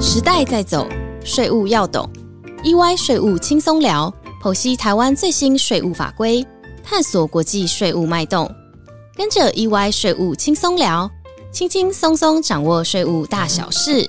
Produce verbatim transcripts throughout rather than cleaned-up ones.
时代在走，税务要懂。E Y 税务轻松聊，剖析台湾最新税务法规，探索国际税务脉动。跟着 E Y 税务轻松聊，轻轻松松掌握税务大小事。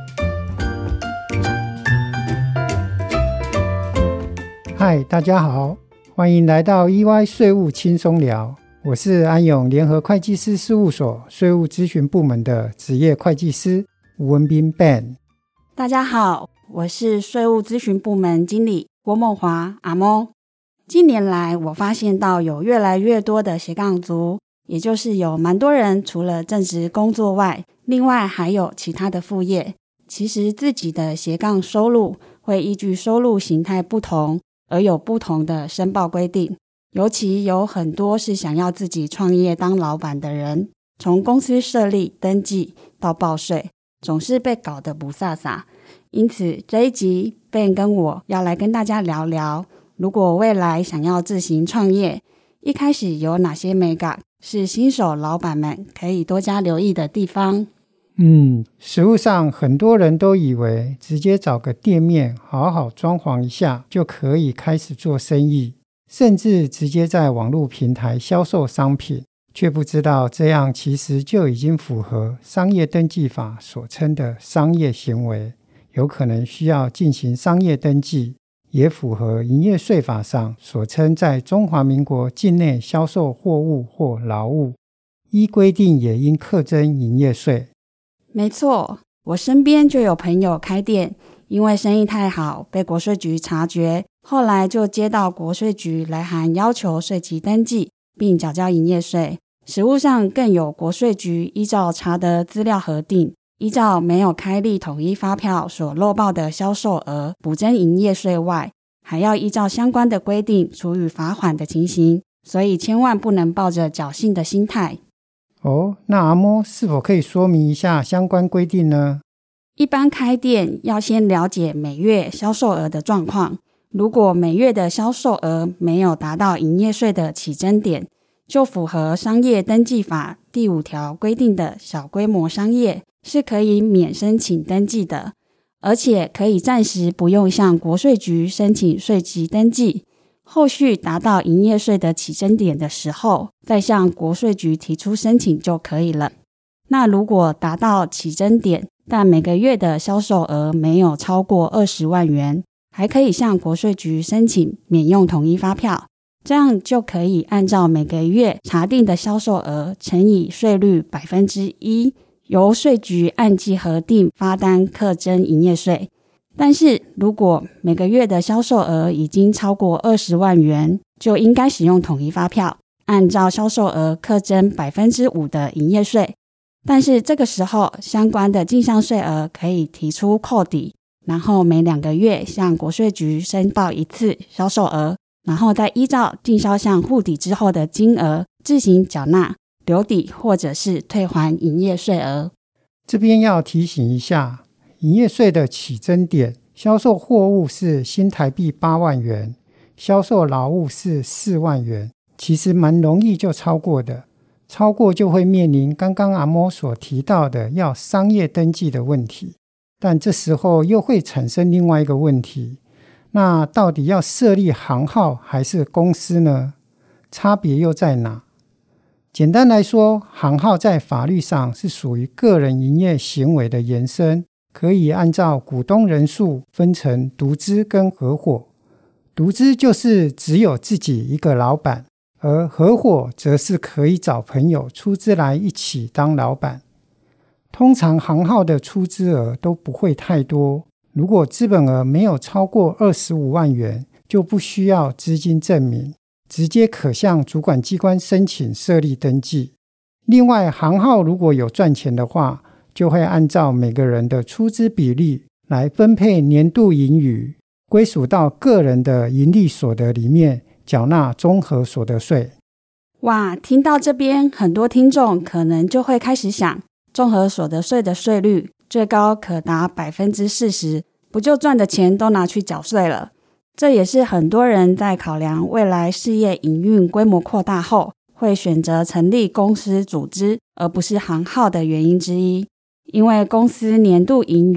嗨，大家好，欢迎来到 E Y 税务轻松聊。我是安永联合会计师事务所税务咨询部门的职业会计师吴文彬 Ben。 大家好，我是税务咨询部门经理郭梦华阿梦。近年来我发现到有越来越多的斜杠族，也就是有蛮多人除了正职工作外，另外还有其他的副业。其实自己的斜杠收入会依据收入形态不同而有不同的申报规定，尤其有很多是想要自己创业当老板的人，从公司设立登记到报税，总是被搞得不飒飒。因此这一集 Ben 跟我要来跟大家聊聊，如果未来想要自行创业，一开始有哪些眉角是新手老板们可以多加留意的地方。 嗯，实务上很多人都以为直接找个店面好好装潢一下就可以开始做生意，甚至直接在网络平台销售商品，却不知道这样其实就已经符合商业登记法所称的商业行为，有可能需要进行商业登记，也符合营业税法上所称在中华民国境内销售货物或劳务，依规定也应课征营业税。 没错，我身边就有朋友开店，因为生意太好被国税局察觉，后来就接到国税局来函要求税期登记并缴交营业税。实务上更有国税局依照查得资料核定，依照没有开立统一发票所漏报的销售额补征营业税外，还要依照相关的规定处以罚款的情形，所以千万不能抱着侥幸的心态。 哦，那阿莫是否可以说明一下相关规定呢？ 一般开店要先了解每月销售额的状况，如果每月的销售额没有达到营业税的起征点，就符合商业登记法第五条规定的小规模商业是可以免申请登记的，而且可以暂时不用向国税局申请税籍登记，后续达到营业税的起征点的时候，再向国税局提出申请就可以了。那如果达到起征点，但每个月的销售额没有超过二十万元，还可以向国税局申请免用统一发票，这样就可以按照每个月查定的销售额乘以税率百分之一，由税局按季核定发单课征营业税。但是如果每个月的销售额已经超过二十万元，就应该使用统一发票，按照销售额课征百分之五的营业税。但是这个时候相关的进项税额可以提出扣抵，然后每两个月向国税局申报一次销售额，然后再依照进销项户抵之后的金额自行缴纳留抵或者是退还营业税额。 这边要提醒一下，营业税的起征点，销售货物是新台币八万元，销售劳务是四万元，其实蛮容易就超过的，超过就会面临刚刚阿莫所提到的要商业登记的问题，但这时候又会产生另外一个问题，那到底要设立行号还是公司呢？差别又在哪？简单来说，行号在法律上是属于个人营业行为的延伸，可以按照股东人数分成独资跟合伙。独资就是只有自己一个老板，而合伙则是可以找朋友出资来一起当老板。通常行号的出资额都不会太多，如果资本额没有超过二十五万元，就不需要资金证明，直接可向主管机关申请设立登记。另外，行号如果有赚钱的话，就会按照每个人的出资比例来分配年度盈余，归属到个人的盈利所得里面，缴纳综合所得税。 哇，听到这边，很多听众可能就会开始想，综合所得税的税率最高可达 百分之四十， 不就赚的钱都拿去缴税了？这也是很多人在考量未来事业营运规模扩大后，会选择成立公司组织而不是行号的原因之一。因为公司年度盈余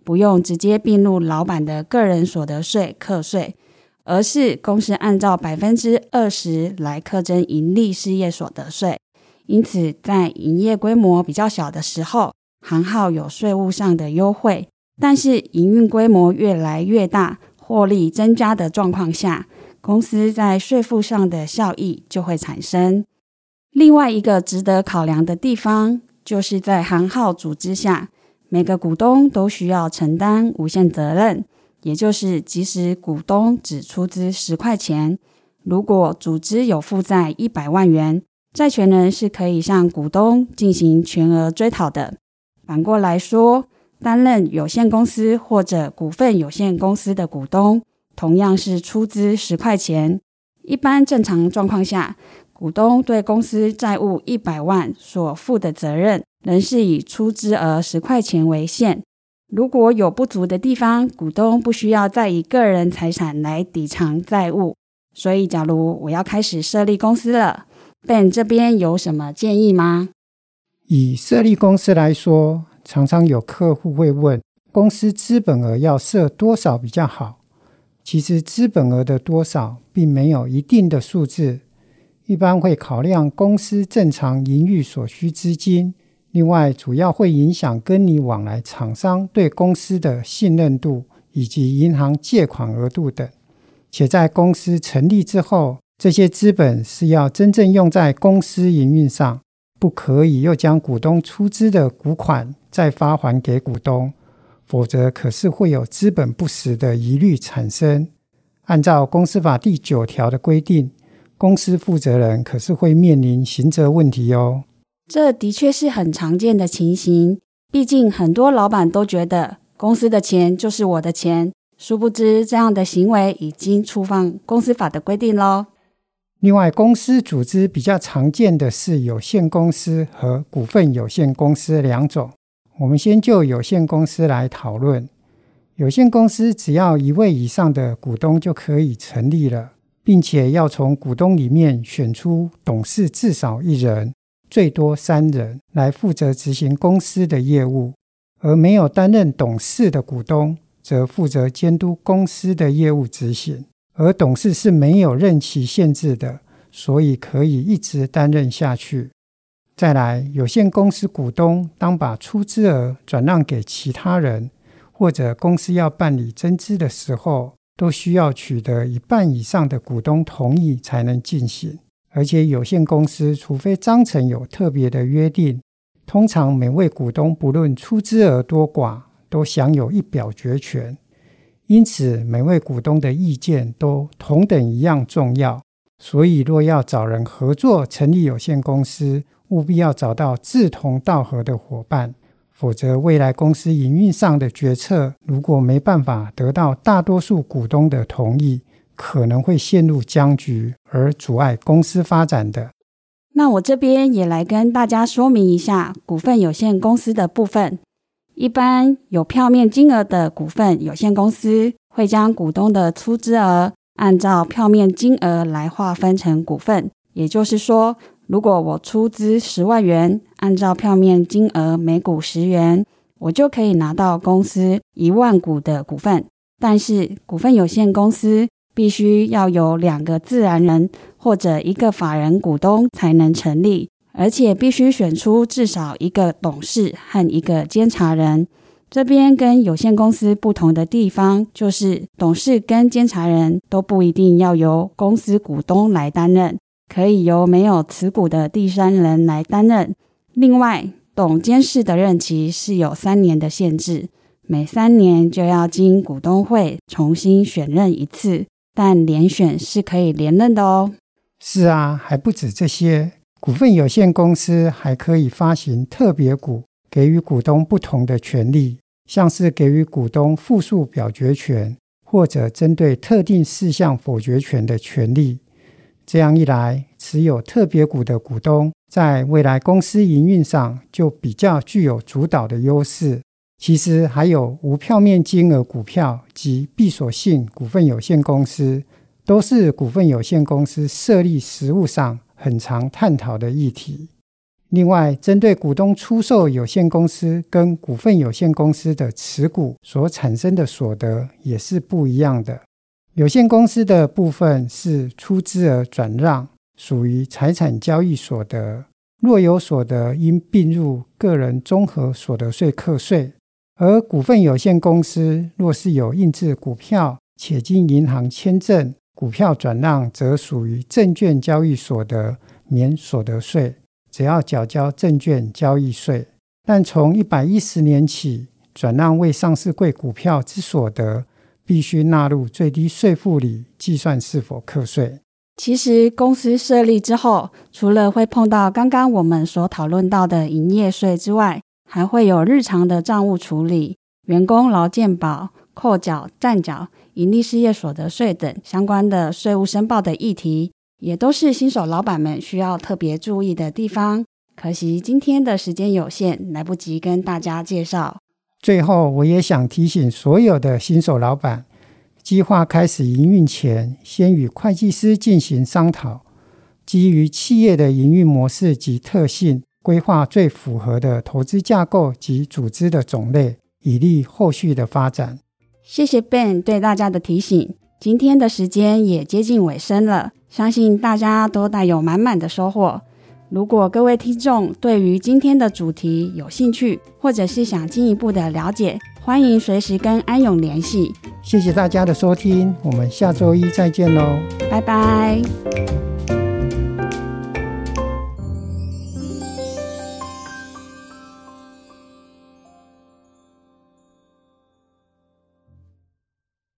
不用直接并入老板的个人所得税课税，而是公司按照 百分之二十 来课征盈利事业所得税。因此在营业规模比较小的时候，行号有税务上的优惠，但是营运规模越来越大，获利增加的状况下，公司在税负上的效益就会产生。另外一个值得考量的地方，就是在行号组织下，每个股东都需要承担无限责任，也就是即使股东只出资十块钱，如果组织有负债一百万元，债权人是可以向股东进行全额追讨的。反过来说，担任有限公司或者股份有限公司的股东，同样是出资十块钱。一般正常状况下，股东对公司债务一百万所负的责任，仍是以出资额十块钱为限。如果有不足的地方，股东不需要再以个人财产来抵偿债务。所以假如我要开始设立公司了， Ben 这边有什么建议吗？ 以设立公司来说，常常有客户会问，公司资本额要设多少比较好？其实资本额的多少并没有一定的数字，一般会考量公司正常营运所需资金，另外主要会影响跟你往来厂商对公司的信任度以及银行借款额度等。且在公司成立之后，这些资本是要真正用在公司营运上，不可以又将股东出资的股款再发还给股东，否则可是会有资本不实的疑虑产生。按照公司法第九条的规定，公司负责人可是会面临刑责问题哦。 这的确是很常见的情形，毕竟很多老板都觉得公司的钱就是我的钱，殊不知这样的行为已经触犯公司法的规定咯。 另外，公司组织比较常见的是有限公司和股份有限公司两种。我们先就有限公司来讨论。有限公司只要一位以上的股东就可以成立了，并且要从股东里面选出董事至少一人，最多三人来负责执行公司的业务，而没有担任董事的股东则负责监督公司的业务执行。而董事是没有任期限制的，所以可以一直担任下去。再来，有限公司股东当把出资额转让给其他人，或者公司要办理增资的时候，都需要取得一半以上的股东同意才能进行。而且有限公司除非章程有特别的约定，通常每位股东不论出资额多寡，都享有一表决权。因此每位股东的意见都同等一样重要，所以若要找人合作成立有限公司，务必要找到志同道合的伙伴，否则未来公司营运上的决策如果没办法得到大多数股东的同意，可能会陷入僵局而阻碍公司发展的。 那我这边也来跟大家说明一下股份有限公司的部分。一般有票面金额的股份有限公司会将股东的出资额按照票面金额来划分成股份，也就是说，如果我出资十万元，按照票面金额每股十元，我就可以拿到公司一万股的股份。但是股份有限公司必须要有两个自然人或者一个法人股东才能成立，而且必须选出至少一个董事和一个监察人。这边跟有限公司不同的地方，就是董事跟监察人都不一定要由公司股东来担任，可以由没有持股的第三人来担任。另外，董监事的任期是有三年的限制，每三年就要经股东会重新选任一次，但连选是可以连任的哦。 是啊，还不止这些，股份有限公司还可以发行特别股，给予股东不同的权利，像是给予股东复数表决权，或者针对特定事项否决权的权利。这样一来，持有特别股的股东在未来公司营运上就比较具有主导的优势。其实还有无票面金额股票及闭锁性股份有限公司，都是股份有限公司设立实务上很常探讨的议题。 另外，针对股东出售有限公司跟股份有限公司的持股所产生的所得也是不一样的。有限公司的部分是出资额转让，属于财产交易所得，若有所得应并入个人综合所得税课税。而股份有限公司若是有印制股票且经银行签证，股票转让则属于证券交易所得，免所得税，只要缴交证券交易税。但从一百一十年起，转让未上市柜股票之所得必须纳入最低税负里计算是否课税。 其实公司设立之后，除了会碰到刚刚我们所讨论到的营业税之外，还会有日常的账务处理、员工劳健保、扣缴、暂缴、营利事业所得税等相关的税务申报的议题，也都是新手老板们需要特别注意的地方。可惜今天的时间有限，来不及跟大家介绍。 最后，我也想提醒所有的新手老板，计划开始营运前，先与会计师进行商讨，基于企业的营运模式及特性，规划最符合的投资架构及组织的种类，以利后续的发展。 谢谢 Ben 对大家的提醒。今天的时间也接近尾声了，相信大家都带有满满的收获。如果各位听众对于今天的主题有兴趣，或者是想进一步的了解，欢迎随时跟安永联系。 谢谢大家的收听，我们下周一再见喽， 拜拜。